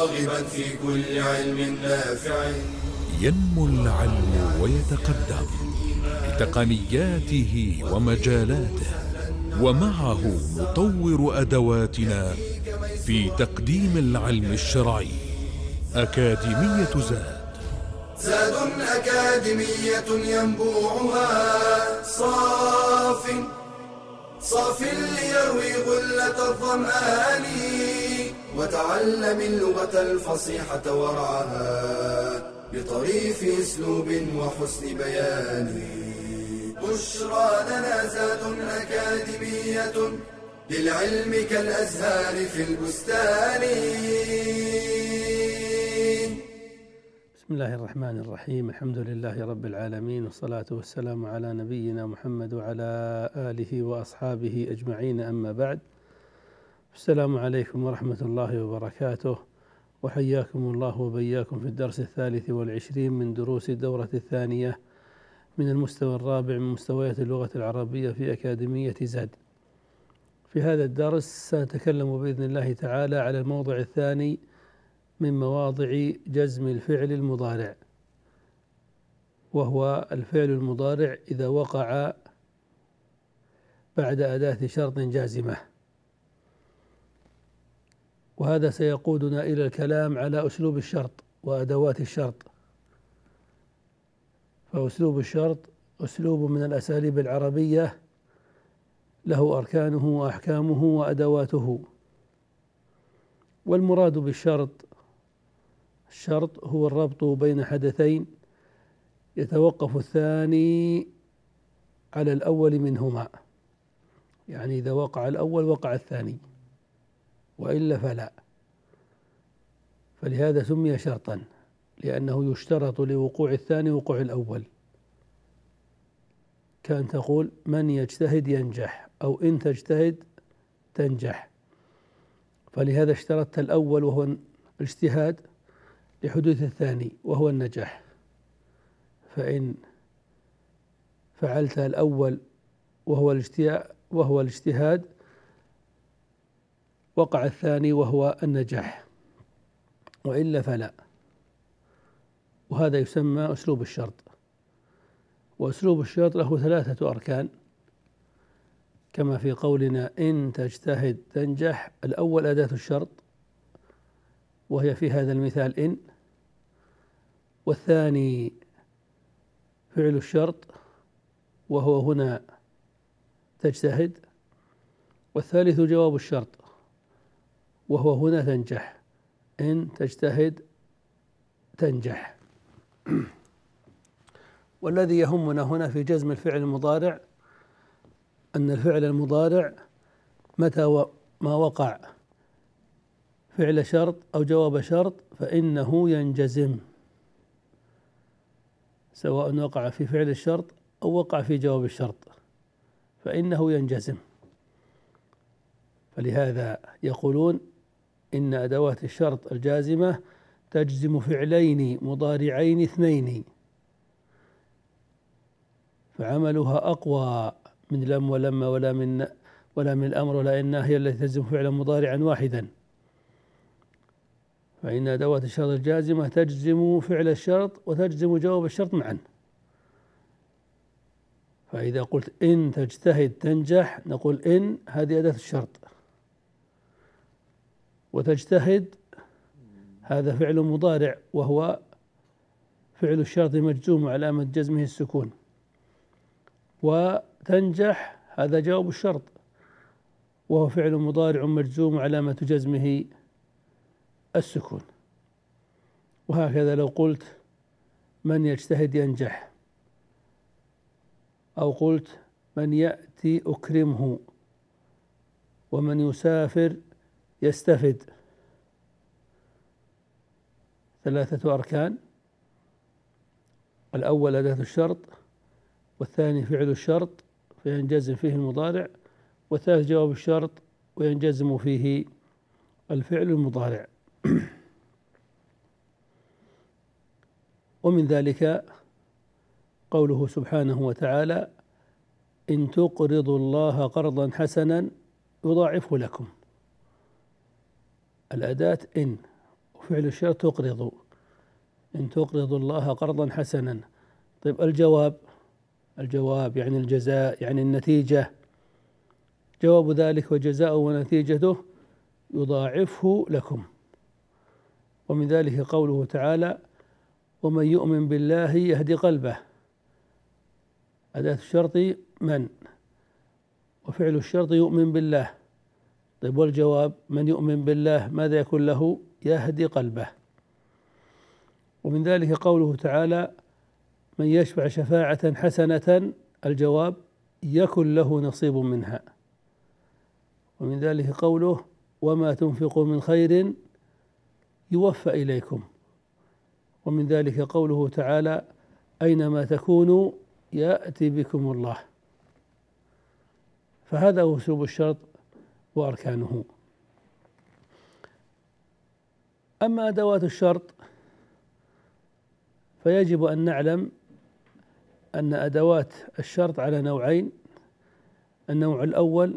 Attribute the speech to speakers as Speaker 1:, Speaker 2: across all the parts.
Speaker 1: راغبا في كل علم نافع.
Speaker 2: ينمو العلم ويتقدم بتقنياته ومجالاته، ومعه نطور أدواتنا في تقديم العلم الشرعي. أكاديمية
Speaker 1: زاد أكاديمية ينبوعها صاف ليروي غلة الظمآن، وتعلم اللغة الفصيحة ورعاها بطريف أسلوب وحسن بيان. بشرى لنا زاد أكاديمية للعلم كالأزهار في البستان.
Speaker 3: بسم الله الرحمن الرحيم. الحمد لله رب العالمين، والصلاة والسلام على نبينا محمد وعلى آله وأصحابه أجمعين، أما بعد. السلام عليكم ورحمة الله وبركاته، وحياكم الله وبياكم في الدرس 23 من دروس الدورة الثانية من المستوى الرابع من مستويات اللغة العربية في أكاديمية زاد. في هذا الدرس سنتكلم بإذن الله تعالى على الموضع الثاني من مواضع جزم الفعل المضارع، وهو الفعل المضارع إذا وقع بعد أداة شرط جازمة. وهذا سيقودنا إلى الكلام على أسلوب الشرط وأدوات الشرط. فأسلوب الشرط أسلوب من الأساليب العربية، له أركانه وأحكامه وأدواته. والمراد بالشرط، الشرط هو الربط بين حدثين يتوقف الثاني على الأول منهما، يعني إذا وقع الأول وقع الثاني، وإلا فلا. فلهذا سمي شرطا، لأنه يشترط لوقوع الثاني وقوع الأول. كان تقول من يجتهد ينجح، أو إن تجتهد تنجح. فلهذا اشترطت الأول وهو الاجتهاد لحدوث الثاني وهو النجاح. فإن فعلت الأول وهو الاجتهاد وقع الثاني وهو النجاح، وإلا فلا. وهذا يسمى أسلوب الشرط. وأسلوب الشرط له 3 أركان، كما في قولنا إن تجتهد تنجح. الأول أداة الشرط، وهي في هذا المثال إن، والثاني فعل الشرط وهو هنا تجتهد، والثالث جواب الشرط وهو هنا تنجح. إن تجتهد تنجح. والذي يهمنا هنا في جزم الفعل المضارع أن الفعل المضارع متى ما وقع فعل شرط أو جواب شرط فإنه ينجزم، سواء وقع في فعل الشرط أو وقع في جواب الشرط فإنه ينجزم. فلهذا يقولون إن أدوات الشرط الجازمة تجزم فعلين مضارعين 2، فعملها أقوى من لم ولما ولا من الأمر ولا إن هي التي تجزم فعلا مضارعا واحدا. فإن أدوات الشرط الجازمة تجزم فعل الشرط وتجزم جواب الشرط معا. فإذا قلت إن تجتهد تنجح، نقول إن هذه أداة الشرط، وتجتهد هذا فعل مضارع وهو فعل الشرط مجزوم علامة جزمه السكون، وتنجح هذا جواب الشرط وهو فعل مضارع مجزوم علامة جزمه السكون. وهكذا لو قلت من يجتهد ينجح، أو قلت من يأتي أكرمه، ومن يسافر يستفد. 3 أركان: الأول أداة الشرط، والثاني فعل الشرط فينجزم فيه المضارع، والثالث جواب الشرط وينجزم فيه الفعل المضارع. ومن ذلك قوله سبحانه وتعالى: إن تقرضوا الله قرضا حسنا يضاعفه لكم. الأداة إن وفعل الشرط تقرضوا، إن تقرضوا الله قرضا حسنا. طيب الجواب يعني الجزاء، يعني النتيجة. جواب ذلك وجزاؤه ونتيجته يضاعفه لكم. ومن ذلك قوله تعالى: ومن يؤمن بالله يهدي قلبه. أداة الشرط من، وفعل الشرط يؤمن بالله. طيب والجواب من يؤمن بالله ماذا يكون له؟ يهدي قلبه. ومن ذلك قوله تعالى: من يشفع شفاعة حسنة، الجواب يكن له نصيب منها. ومن ذلك قوله: وما تنفقوا من خير يوفى إليكم. ومن ذلك قوله تعالى: أينما تكونوا يأتي بكم الله. فهذا هو أسلوب الشرط وأركانه. أما أدوات الشرط فيجب أن نعلم أن أدوات الشرط على نوعين. النوع الأول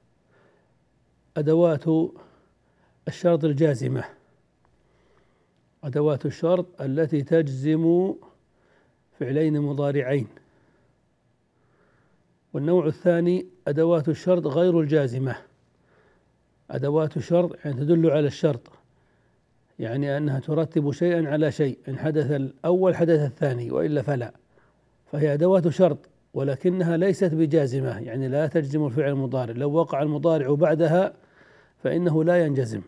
Speaker 3: أدوات الشرط الجازمة، أدوات الشرط التي تجزم فعلين مضارعين. والنوع الثاني أدوات الشرط غير الجازمة، أدوات الشرط يعني تدل على الشرط، يعني أنها ترتب شيئا على شيء، إن حدث الأول حدث الثاني وإلا فلا، فهي أدوات شرط ولكنها ليست بجازمة، يعني لا تجزم الفعل المضارع، لو وقع المضارع بعدها فإنه لا ينجزم.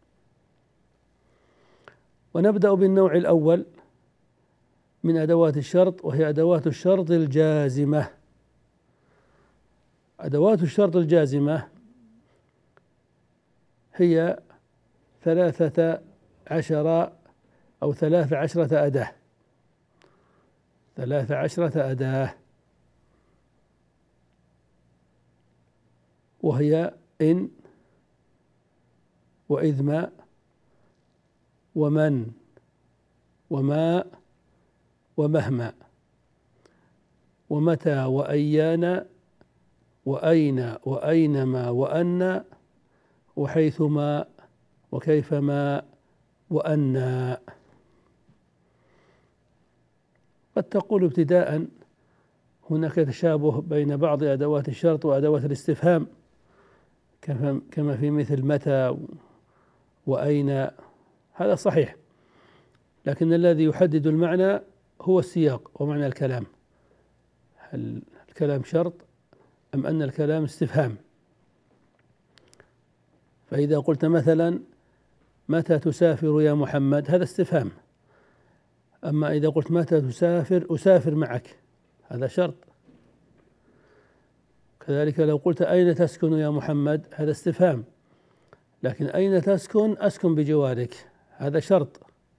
Speaker 3: ونبدأ بالنوع الأول من أدوات الشرط، وهي أدوات الشرط الجازمة. أدوات الشرط الجازمة هي 13 أو 13 أداة، 13 أداة، وهي إن وإذ ما ومن وما ومهما ومتى وأيان وأين وأينما وأن وحيثما وكيفما وأنا. قد تقول ابتداء هناك تشابه بين بعض أدوات الشرط وأدوات الاستفهام كما في مثل متى وأين، هذا صحيح، لكن الذي يحدد المعنى هو السياق ومعنى الكلام. هل الكلام شرط أم أن الكلام استفهام؟ فإذا قلت مثلا متى تسافر يا محمد، هذا استفهام. أما إذا قلت متى تسافر أسافر معك، هذا شرط. كذلك لو قلت أين تسكن يا محمد، هذا استفهام، لكن أين تسكن؟ أسكن بجوارك، هذا شرط.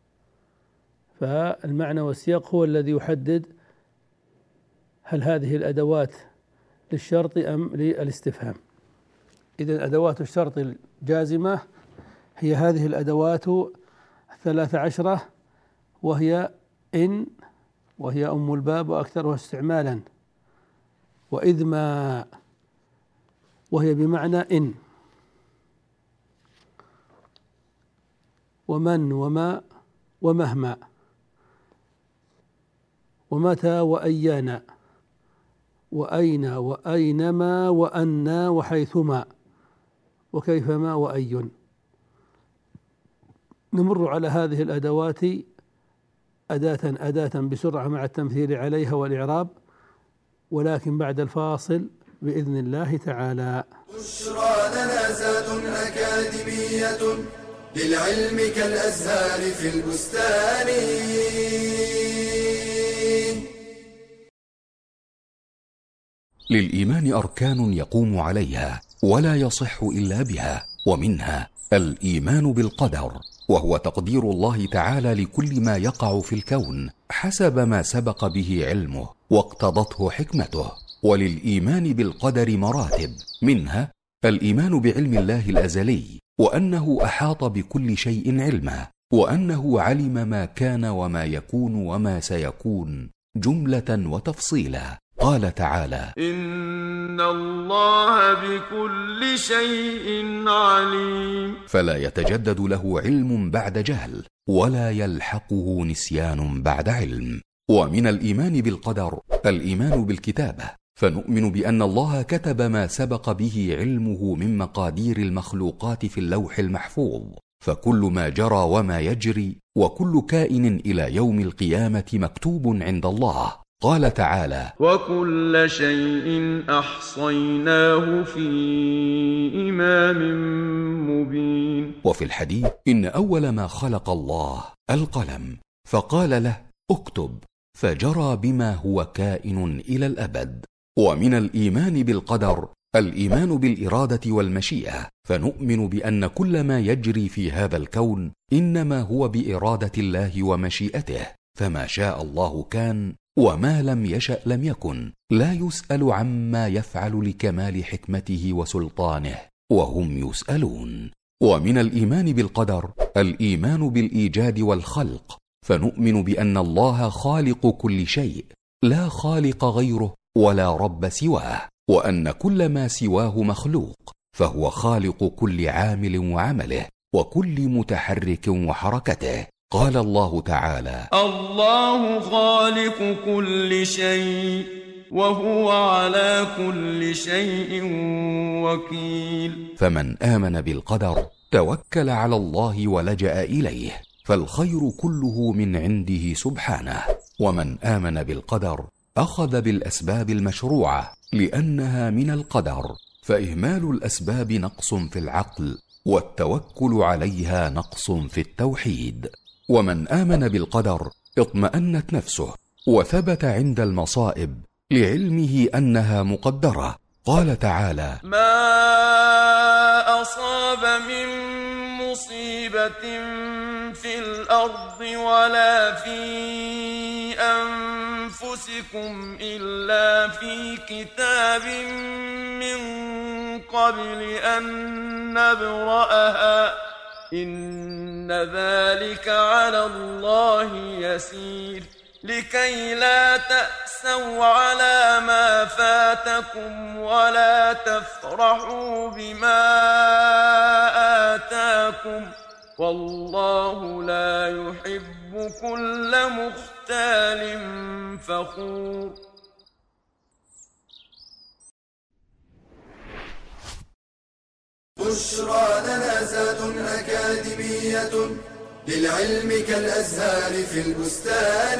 Speaker 3: فالمعنى والسياق هو الذي يحدد هل هذه الأدوات للشرط أم للاستفهام. إذن أدوات الشرط الجازمة هي هذه الأدوات 13، وهي إن، وهي أم الباب وأكثرها استعمالا، وإذ ما، وهي بمعنى إن، ومن وما ومهما ومتى وأيان وأين وأينما وأنا وحيثما وكيفما وأي. نمر على هذه الأدوات أداة بسرعة مع التمثيل عليها والإعراب، ولكن بعد الفاصل بإذن الله تعالى.
Speaker 1: بشرى لنا زاد أكاديمية للعلم كالأزهار في البستان.
Speaker 4: للإيمان أركان يقوم عليها ولا يصح إلا بها، ومنها الإيمان بالقدر، وهو تقدير الله تعالى لكل ما يقع في الكون حسب ما سبق به علمه واقتضته حكمته. وللإيمان بالقدر مراتب، منها الإيمان بعلم الله الأزلي، وأنه أحاط بكل شيء علما، وأنه علم ما كان وما يكون وما سيكون جملة وتفصيلا. قال تعالى:
Speaker 5: إن الله بكل شيء عليم.
Speaker 4: فلا يتجدد له علم بعد جهل، ولا يلحقه نسيان بعد علم. ومن الإيمان بالقدر الإيمان بالكتابة، فنؤمن بأن الله كتب ما سبق به علمه من مقادير المخلوقات في اللوح المحفوظ، فكل ما جرى وما يجري وكل كائن إلى يوم القيامة مكتوب عند الله. قال تعالى:
Speaker 5: وكل شيء أحصيناه في إمام مبين.
Speaker 4: وفي الحديث: إن أول ما خلق الله القلم، فقال له: اكتب، فجرى بما هو كائن إلى الأبد. ومن الإيمان بالقدر الإيمان بالإرادة والمشيئة، فنؤمن بأن كل ما يجري في هذا الكون إنما هو بإرادة الله ومشيئته، فما شاء الله كان وما لم يشأ لم يكن، لا يسأل عما يفعل لكمال حكمته وسلطانه وهم يسألون. ومن الإيمان بالقدر الإيمان بالإيجاد والخلق، فنؤمن بأن الله خالق كل شيء، لا خالق غيره ولا رب سواه، وأن كل ما سواه مخلوق، فهو خالق كل عامل وعمله وكل متحرك وحركته. قال الله تعالى:
Speaker 5: الله خالق كل شيء وهو على كل شيء وكيل.
Speaker 4: فمن آمن بالقدر توكل على الله ولجأ إليه، فالخير كله من عنده سبحانه. ومن آمن بالقدر أخذ بالأسباب المشروعة لأنها من القدر، فإهمال الأسباب نقص في العقل، والتوكل عليها نقص في التوحيد. ومن آمن بالقدر اطمأنت نفسه وثبت عند المصائب لعلمه أنها مقدرة. قال تعالى:
Speaker 5: ما أصاب من مصيبة في الأرض ولا في أنفسكم إلا في كتاب من قبل أن نبرأها إن ذلك على الله يسير. لكي لا تأسوا على ما فاتكم ولا تفرحوا بما آتاكم والله لا يحب كل مختال فخور.
Speaker 1: بشرى لنا زاد أكاديمية للعلم كالأزهار في البستان.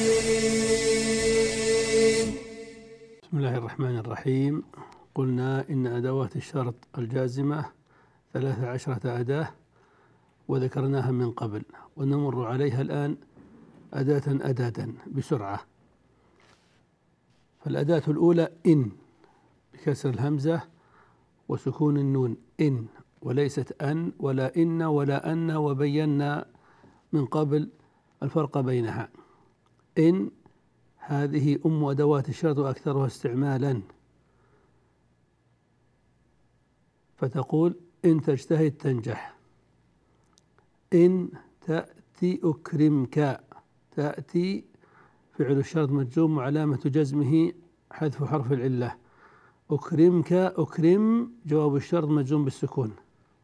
Speaker 3: بسم الله الرحمن الرحيم. قلنا إن أدوات الشرط الجازمة 13 أداة وذكرناها من قبل، ونمر عليها الآن أداة بسرعة. فالأداة الأولى إن بكسر الهمزة وسكون النون، إن، وليست أن ولا إن ولا أن، وبينا من قبل الفرق بينها. إن هذه أم أدوات الشرط وأكثرها استعمالا، فتقول: إن تجتهد تنجح، إن تأتي أكرمك. تأتي فعل الشرط مجزوم وعلامة جزمه حذف حرف العلة. أكرمك، أكرم جواب الشرط مجزوم بالسكون.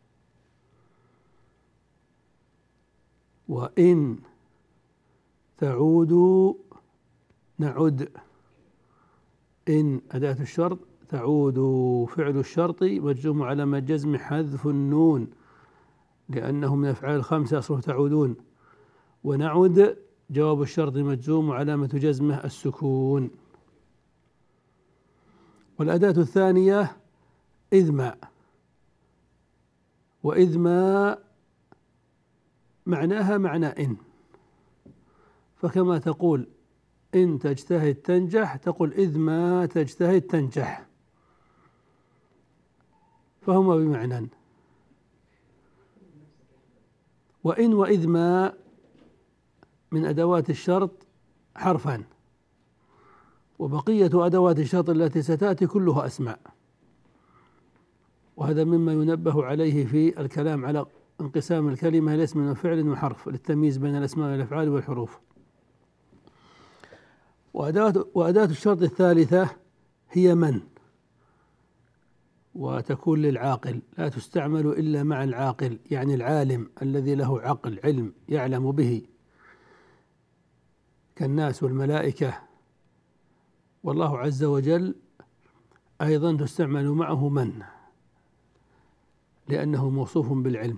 Speaker 3: وإن تعودوا نعد. إن أداة الشرط، تعود فعل الشرط مجزوم علامة جزم حذف النون لأنه من أفعال الخمسة أصله تعودون. ونعد جواب الشرط مجزوم وعلامة جزمه السكون. والأداة الثانية إذ ما، وإذ ما معناها معنى إن، فكما تقول إن تجتهد تنجح تقول إذ ما تجتهد تنجح، فهما بمعنى. وإن وإذ ما من أدوات الشرط حرفان، وبقية أدوات الشرط التي ستأتي كلها أسماء، وهذا مما ينبه عليه في الكلام على انقسام الكلمة إلى اسم وفعل وحرف للتمييز بين الأسماء والأفعال والحروف. وأداة الشرط الثالثة هي من، وتكون للعاقل، لا تستعمل إلا مع العاقل، يعني العالم الذي له عقل، علم يعلم به، كالناس والملائكة. والله عز وجل أيضا تستعمل معه من، لأنه موصوف بالعلم،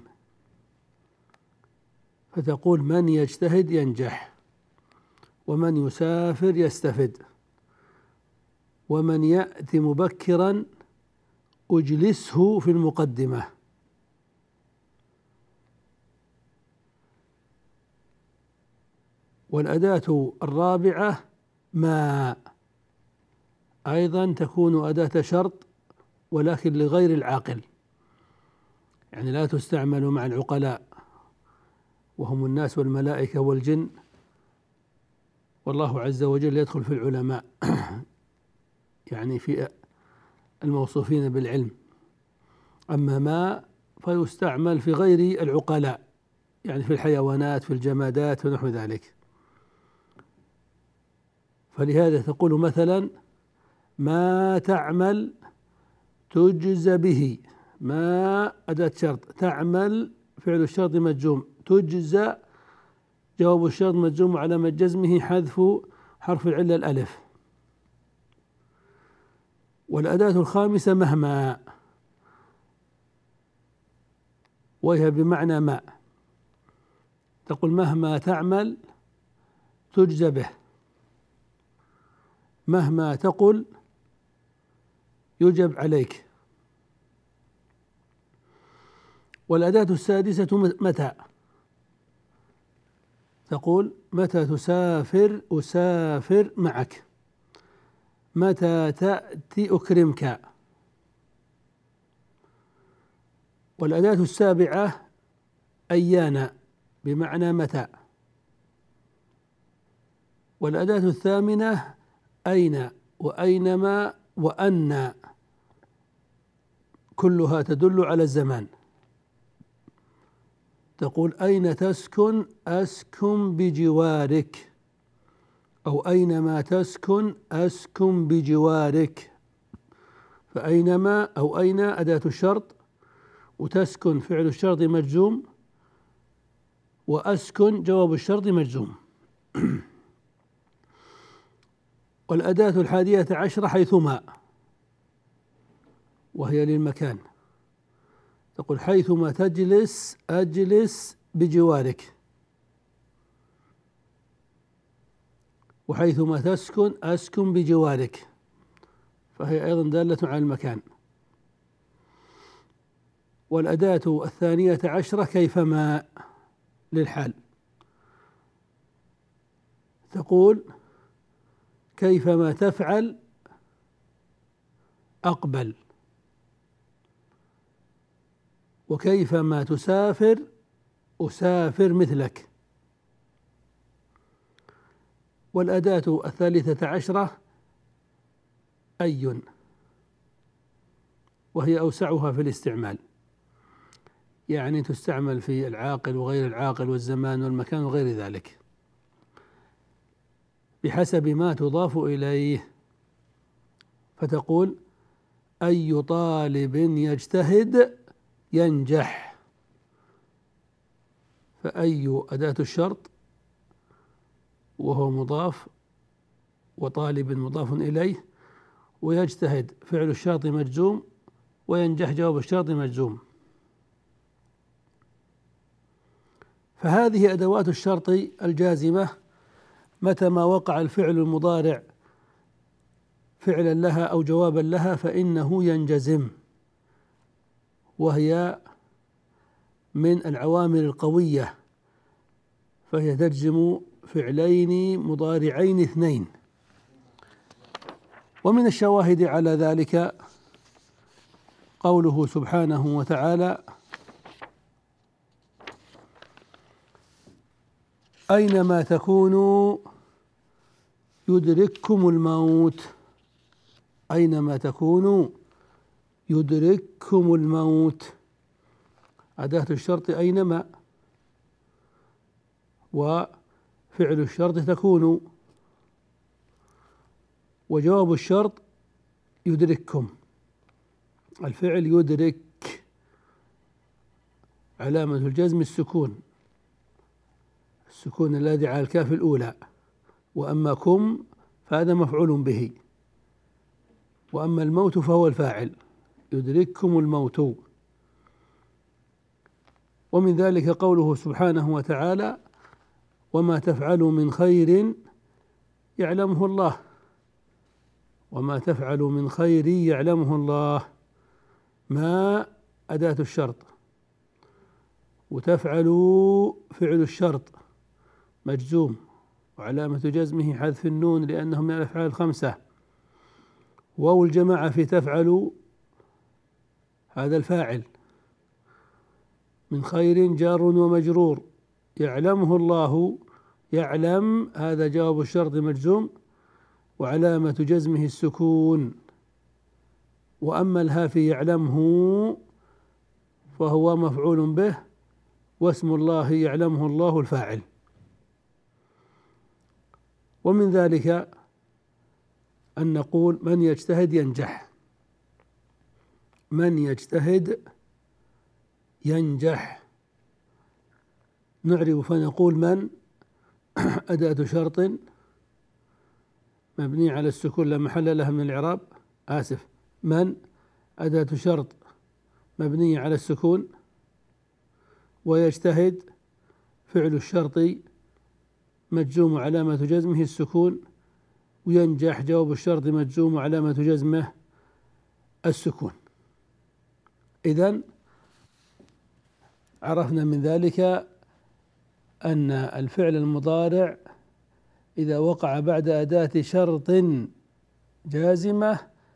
Speaker 3: فتقول من يجتهد ينجح، ومن يسافر يستفد، ومن يأتي مبكرا أجلسه في المقدمة. والأداة الرابعة ما، أيضا تكون أداة شرط ولكن لغير العاقل، يعني لا تستعمل مع العقلاء وهم الناس والملائكة والجن، والله عز وجل يدخل في العلماء يعني في الموصوفين بالعلم. أما ما فيستعمل في غير العقلاء، يعني في الحيوانات، في الجمادات ونحو ذلك. فلهذا تقول مثلا ما تعمل تجزى به، ما أداة شرط، تعمل فعل الشرط مجزوم، تجزى جواب الشرط مجزوم، وعلامة جزمه حذف حرف العلة الألف. والأداة الخامسة مهما، وهي بمعنى ما، تقول مهما تعمل تجزى به، مهما تقل يجب عليك. والأداة السادسة متى، تقول متى تسافر أسافر معك، متى تأتي أكرمك. والأداة السابعة أيان بمعنى متى. والأداة الثامنة أين وأينما وأن، كلها تدل على الزمان. تقول أين تسكن أسكن بجوارك، أو أينما تسكن أسكن بجوارك. فأينما أو أين أداة الشرط، وتسكن فعل الشرط مجزوم، وأسكن جواب الشرط مجزوم. والأداة الحادية عشرة حيثما، وهي للمكان، تقول حيثما تجلس أجلس بجوارك، وحيثما تسكن أسكن بجوارك، فهي أيضا دالة على المكان. والأداة الثانية عشرة كيفما للحال، تقول كيفما تفعل أقبل، وكيفما تسافر أسافر مثلك. والأداة الثالثة عشرة أي، وهي أوسعها في الاستعمال، يعني تستعمل في العاقل وغير العاقل والزمان والمكان وغير ذلك بحسب ما تضاف إليه. فتقول أي طالب يجتهد ينجح، فأي أداة الشرط وهو مضاف، وطالب مضاف إليه، ويجتهد فعل الشرط مجزوم، وينجح جواب الشرط مجزوم. فهذه أدوات الشرط الجازمة متى ما وقع الفعل المضارع فعلا لها أو جوابا لها فإنه ينجزم، وهي من العوامل القوية، فهي تجزم فعلين مضارعين اثنين. ومن الشواهد على ذلك قوله سبحانه وتعالى أينما تكونوا يدرككم الموت، أينما تكونوا يدرككم الموت، أداة الشرط أينما، وفعل الشرط تكون، وجواب الشرط يدرككم. الفعل يدرك علامة الجزم السكون الذي على الكاف الأولى، وأما كم فهذا مفعول به، وأما الموت فهو الفاعل، يدرككم الموت. ومن ذلك قوله سبحانه وتعالى: وما تفعلوا من خير يعلمه الله، وما تفعلوا من خير يعلمه الله، ما أداة الشرط، وتفعلوا فعل الشرط مجزوم وعلامة جزمه حذف النون لأنه من الأفعال الخمسة. واو الجماعة في تفعلوا هذا الفاعل، من خير جار ومجرور، يعلمه الله، يعلم هذا جواب الشرط مجزوم وعلامة جزمه السكون. وأما الها في يعلمه فهو مفعول به، واسم الله يعلمه الله الفاعل. ومن ذلك أن نقول: من يجتهد ينجح، من يجتهد ينجح. نعرب فنقول: من أداة شرط مبني على السكون لا محل لها من الإعراب. من أداة شرط مبنية على السكون، ويجتهد فعل الشرط مجزوم علامة جزمه السكون، وينجح جواب الشرط مجزوم علامة جزمه السكون. إذن عرفنا من ذلك أن الفعل المضارع إذا وقع بعد أداة شرط جازمة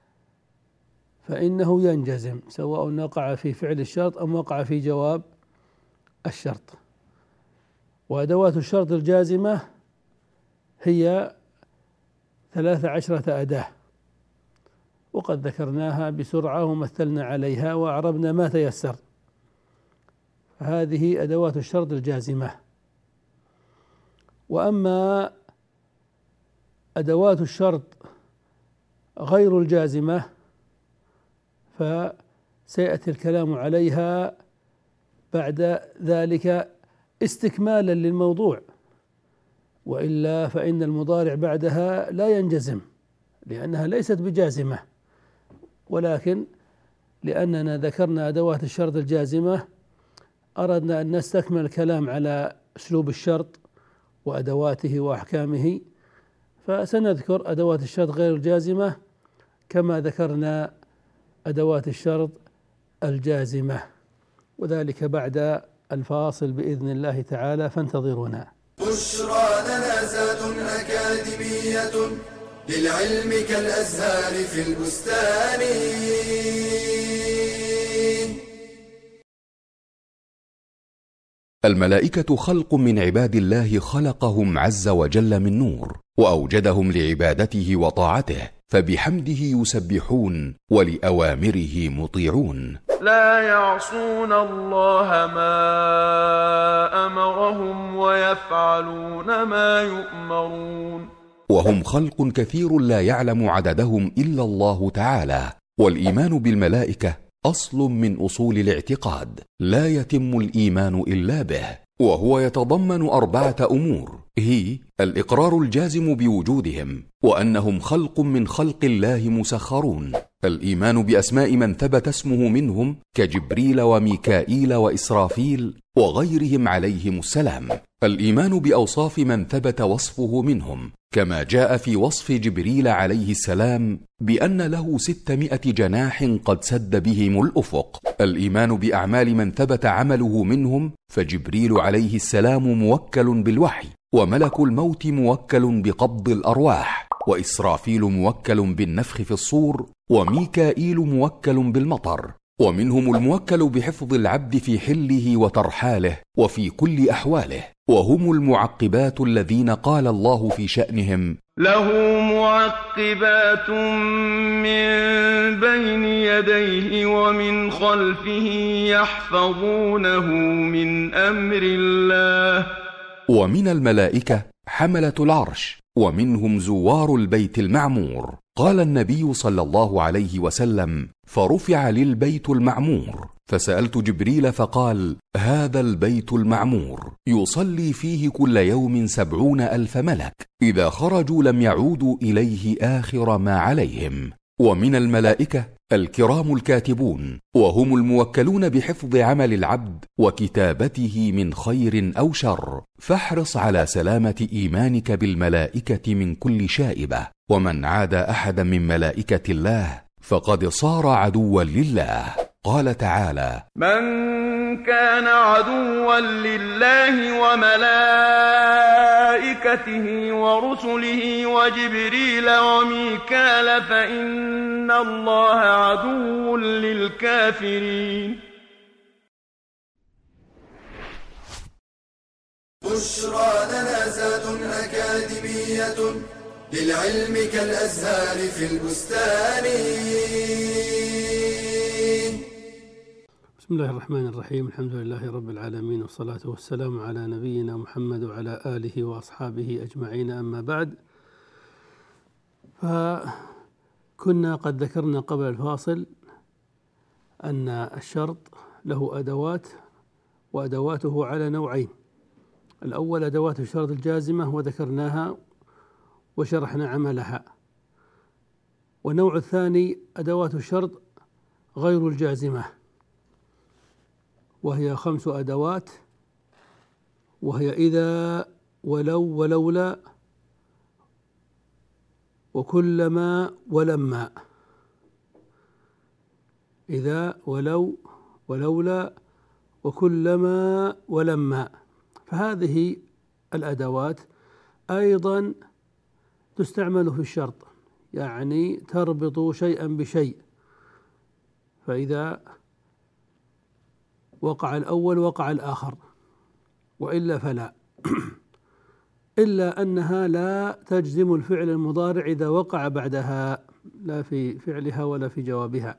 Speaker 3: فإنه ينجزم، سواء وقع في فعل الشرط أم وقع في جواب الشرط. وأدوات الشرط الجازمة هي 13 أداة، وقد ذكرناها بسرعة ومثلنا عليها وأعربنا ما تيسر. هذه أدوات الشرط الجازمة. وأما أدوات الشرط غير الجازمة فسيأتي الكلام عليها بعد ذلك استكمالا للموضوع، وإلا فإن المضارع بعدها لا ينجزم لأنها ليست بجازمة، ولكن لأننا ذكرنا أدوات الشرط الجازمة أردنا أن نستكمل الكلام على أسلوب الشرط وأدواته وأحكامه، فسنذكر أدوات الشرط غير الجازمة كما ذكرنا أدوات الشرط الجازمة، وذلك بعد الفاصل بإذن الله تعالى، فانتظرونا.
Speaker 1: بشرى لنا زاد أكاديمية للعلم كالأزهار في البستان.
Speaker 4: الملائكة خلق من عباد الله خلقهم عز وجل من نور، وأوجدهم لعبادته وطاعته، فبحمده يسبحون ولأوامره مطيعون.
Speaker 5: لا يعصون الله ما أمرهم ويفعلون ما يؤمرون.
Speaker 4: وهم خلق كثير لا يعلم عددهم إلا الله تعالى. والإيمان بالملائكة أصل من أصول الاعتقاد، لا يتم الإيمان إلا به، وهو يتضمن 4 أمور، هي الإقرار الجازم بوجودهم، وأنهم خلق من خلق الله مسخرون، الإيمان بأسماء من ثبت اسمه منهم كجبريل وميكائيل وإسرافيل وغيرهم عليهم السلام، الإيمان بأوصاف من ثبت وصفه منهم كما جاء في وصف جبريل عليه السلام بأن له 600 جناح قد سد بهم الأفق، الإيمان بأعمال من ثبت عمله منهم، فجبريل عليه السلام موكل بالوحي، وملك الموت موكل بقبض الأرواح، وإسرافيل موكل بالنفخ في الصور، وميكائيل موكل بالمطر، ومنهم الموكل بحفظ العبد في حله وترحاله وفي كل أحواله، وهم المعقبات الذين قال الله في شأنهم:
Speaker 5: له معقبات من بين يديه ومن خلفه يحفظونه من أمر الله.
Speaker 4: ومن الملائكة حملة العرش، ومنهم زوار البيت المعمور، قال النبي صلى الله عليه وسلم: فرفع لي البيت المعمور، فسألت جبريل فقال: هذا البيت المعمور يصلي فيه كل يوم 70,000 ملك، إذا خرجوا لم يعودوا إليه آخر ما عليهم. ومن الملائكة الكرام الكاتبون، وهم الموكلون بحفظ عمل العبد وكتابته من خير أو شر، فاحرص على سلامة إيمانك بالملائكة من كل شائبة، ومن عاد أحدا من ملائكة الله فقد صار عدوا لله. قال تعالى:
Speaker 5: من كان عدوا لله وملائكته ورسله وجبريل وميكال فإن الله عدو للكافرين.
Speaker 1: بشرى لنا زاد أكاديمية للعلم كالأزهار في البستان.
Speaker 3: بسم الله الرحمن الرحيم، الحمد لله رب العالمين، والصلاة والسلام على نبينا محمد وعلى آله وأصحابه أجمعين، أما بعد. فكنا قد ذكرنا قبل الفاصل أن الشرط له أدوات، وأدواته على نوعين. الأول أدوات الشرط الجازمة وذكرناها وشرحنا عملها، والنوع الثاني أدوات الشرط غير الجازمة، وهي 5 أدوات، وهي إذا ولو ولولا وكلما ولما. إذا ولو ولولا وكلما ولما. فهذه الأدوات أيضا تستعمل في الشرط، يعني تربط شيئا بشيء، فإذا وقع الأول وقع الآخر، وإلا فلا. إلا أنها لا تجزم الفعل المضارع إذا وقع بعدها، لا في فعلها ولا في جوابها.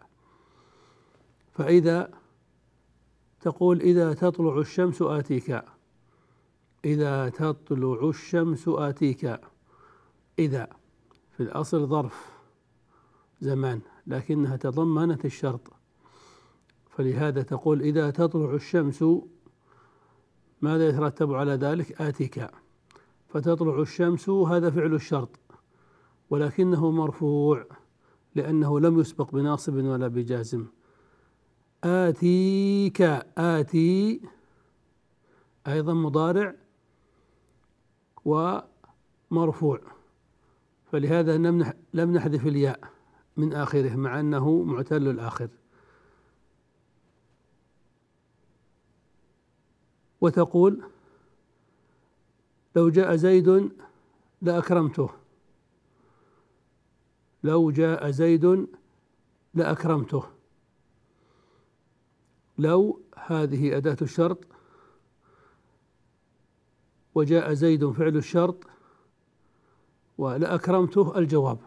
Speaker 3: فإذا تقول: إذا تطلع الشمس آتيك، إذا تطلع الشمس آتيك. إذا في الأصل ظرف زمان، لكنها تضمنت الشرط، فلهذا تقول: إذا تطلع الشمس، ماذا يترتب على ذلك؟ آتيك. فتطلع الشمس هذا فعل الشرط، ولكنه مرفوع لأنه لم يسبق بناصب ولا بجازم. آتيك، آتي أيضا مضارع ومرفوع، فلهذا لم نحذف الياء من آخره مع أنه معتل الآخر. وتقول: لو جاء زيد لأكرمته، لو جاء زيد لأكرمته. لو هذه أداة الشرط، وجاء زيد فعل الشرط، ولأكرمته الجواب.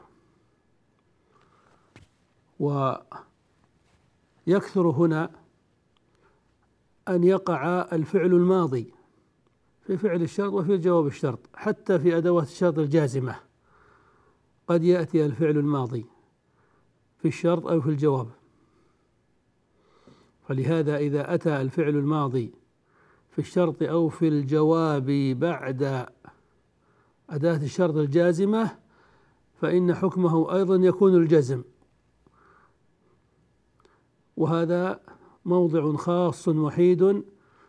Speaker 3: ويكثر هنا أن يقع الفعل الماضي في فعل الشرط وفي جواب الشرط، حتى في أدوات الشرط الجازمة قد يأتي الفعل الماضي في الشرط أو في الجواب. فلهذا إذا أتى الفعل الماضي في الشرط أو في الجواب بعد أداة الشرط الجازمة فإن حكمه أيضا يكون الجزم، وهذا موضع خاص وحيد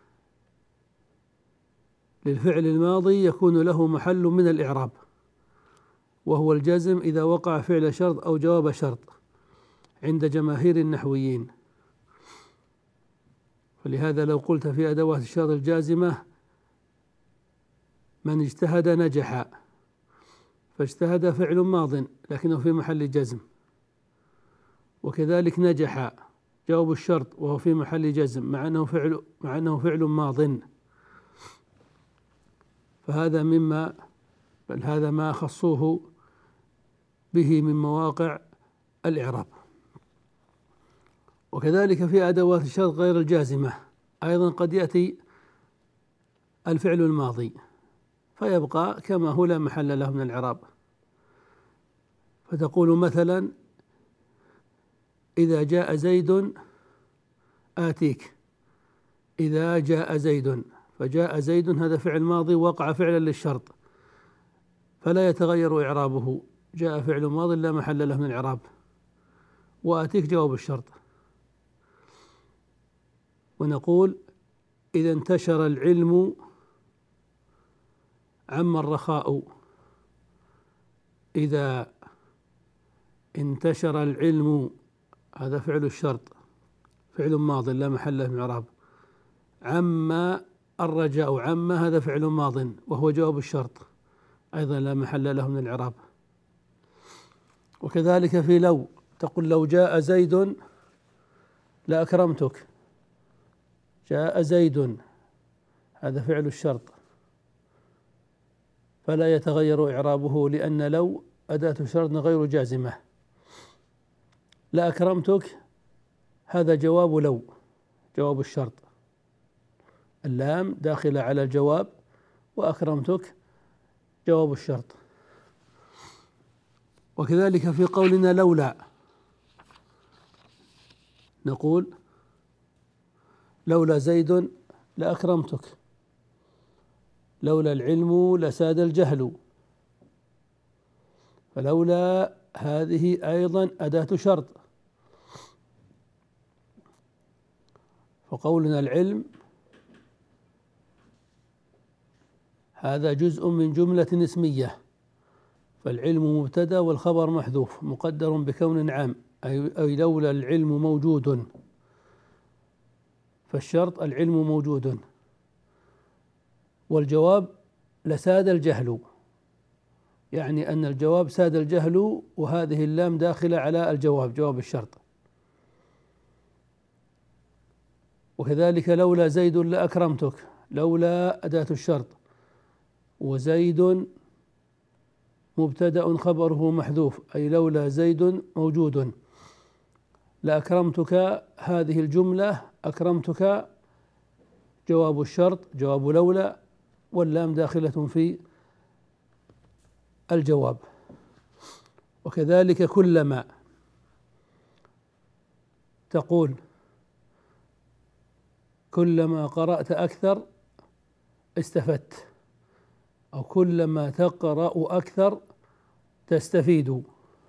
Speaker 3: للفعل الماضي يكون له محل من الإعراب، وهو الجزم إذا وقع فعل شرط أو جواب شرط عند جماهير النحويين. فلهذا لو قلت في أدوات الشرط الجازمة: من اجتهد نجح، فاجتهد فعل ماض لكنه في محل جزم، وكذلك نجح جواب الشرط وهو في محل جزم مع أنه فعل ماض. فهذا بل هذا ما خصوه به من مواقع الإعراب. وكذلك في أدوات الشرط غير الجازمة أيضا قد يأتي الفعل الماضي فيبقى كما هو لا محل له من الإعراب. فتقول مثلا إذا جاء زيد آتيك، إذا جاء زيد، فجاء زيد هذا فعل ماضي وقع فعلا للشرط فلا يتغير إعرابه، جاء فعل ماضي لا محل له من الإعراب، وآتيك جواب الشرط. ونقول إذا انتشر العلم عم الرخاء، إذا انتشر العلم هذا فعل الشرط فعل ماض لا محل له من الإعراب، عم الرجاء، عم هذا فعل ماض وهو جواب الشرط أيضا لا محل له من الإعراب. وكذلك في لو، تقول لو جاء زيد لأكرمتك، جاء زيد هذا فعل الشرط فلا يتغير إعرابه لأن لو أداة شرط غير جازمة. لأكرمتك هذا جواب لو، جواب الشرط، اللام داخلة على الجواب، وأكرمتك جواب الشرط. وكذلك في قولنا لولا، نقول لولا زيد لأكرمتك، لولا العلم لساد الجهل، فلولا هذه أيضا أداة شرط. فقولنا العلم هذا جزء من جملة اسمية، فالعلم مبتدأ والخبر محذوف مقدر بكون عام، أي لولا العلم موجود، فالشرط العلم موجود، والجواب لساد الجهل، يعني أن الجواب ساد الجهل، وهذه اللام داخلة على الجواب جواب الشرط. وكذلك لولا زيد لأكرمتك، لولا أداة الشرط، وزيد مبتدأ خبره محذوف أي لولا زيد موجود، لأكرمتك هذه الجملة أكرمتك جواب الشرط جواب لولا، واللام داخلة في الجواب. وكذلك كلما، تقول كلما قرأت أكثر استفدت، أو كلما تقرأ أكثر تستفيد،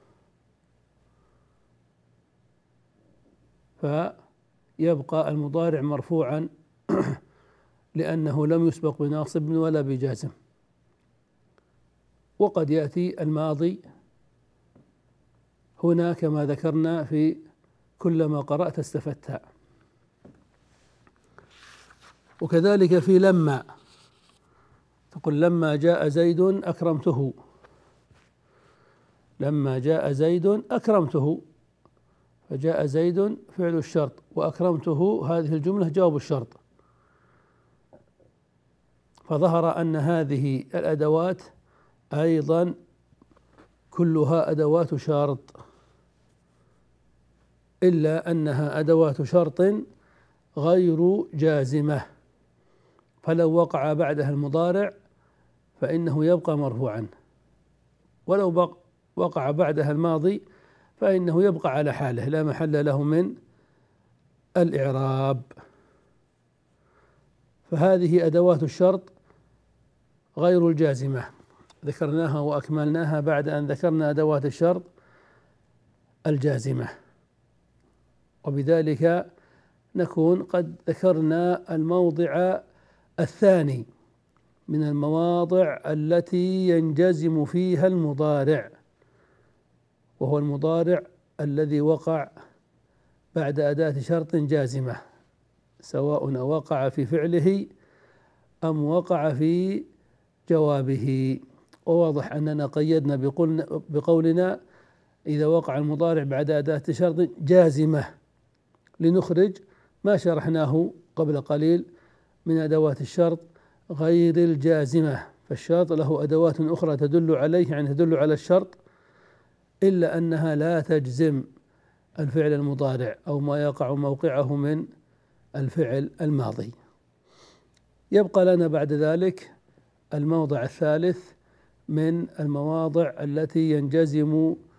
Speaker 3: فيبقى المضارع مرفوعا لأنه لم يسبق بناصب ولا بجازم. وقد يأتي الماضي هنا كما ذكرنا في كلما قرأت استفدت. وكذلك في لما، تقول لما جاء زيد أكرمته، لما جاء زيد أكرمته، فجاء زيد فعل الشرط وأكرمته هذه الجملة جواب الشرط، فظهر أن هذه الأدوات أيضا كلها أدوات شرط، إلا أنها أدوات شرط غير جازمة، فلو وقع بعدها المضارع فإنه يبقى مرفوعا، ولو وقع بعدها الماضي فإنه يبقى على حاله لا محل له من الإعراب. فهذه أدوات الشرط غير الجازمة ذكرناها وأكملناها بعد أن ذكرنا أدوات الشرط الجازمة، وبذلك نكون قد ذكرنا الموضع الثاني من المواضع التي ينجزم فيها المضارع، وهو المضارع الذي وقع بعد أداة شرط جازمة، سواء وقع في فعله أم وقع في جوابه. وواضح أننا قيدنا بقولنا إذا وقع المضارع بعد أداة شرط جازمة لنخرج ما شرحناه قبل قليل من أدوات الشرط غير الجازمة، فالشرط له أدوات أخرى تدل عليه، يعني تدل على الشرط، إلا أنها لا تجزم الفعل المضارع أو ما يقع موقعه من الفعل الماضي. يبقى لنا بعد ذلك الموضع الثالث من المواضع التي ينجزم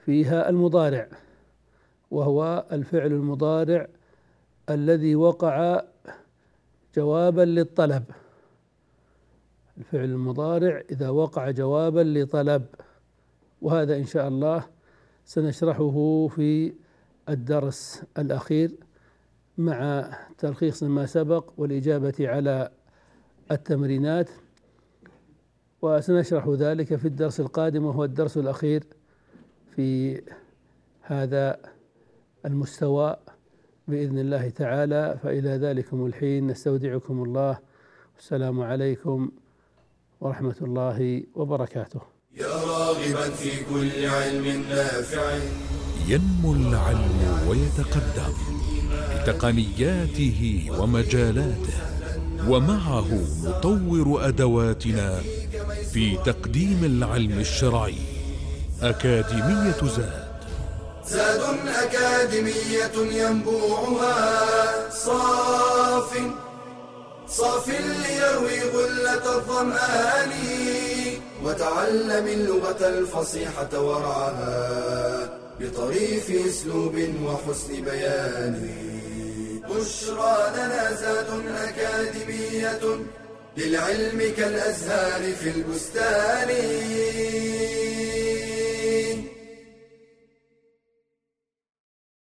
Speaker 3: فيها المضارع، وهو الفعل المضارع الذي وقع جوابا للطلب. الفعل المضارع إذا وقع جوابا لطلب، وهذا إن شاء الله سنشرحه في الدرس الأخير مع تلخيص ما سبق والإجابة على التمرينات، وسنشرح ذلك في الدرس القادم وهو الدرس الأخير في هذا المستوى بإذن الله تعالى. فإلى ذلكم الحين نستودعكم الله، والسلام عليكم ورحمة الله وبركاته.
Speaker 1: يا راغبا في كل علم نافع،
Speaker 2: ينمو العلم ويتقدم بتقنياته ومجالاته، ومعه نطور أدواتنا في تقديم العلم الشرعي. أكاديمية
Speaker 1: زاد أكاديمية ينبوعها صاف ليروي غلة الظمآن، وتعلم اللغة الفصيحة ورعاها بطريف أسلوب وحسن بيان. بشرى لنا زاد أكاديمية للعلم كالأزهار في البستان.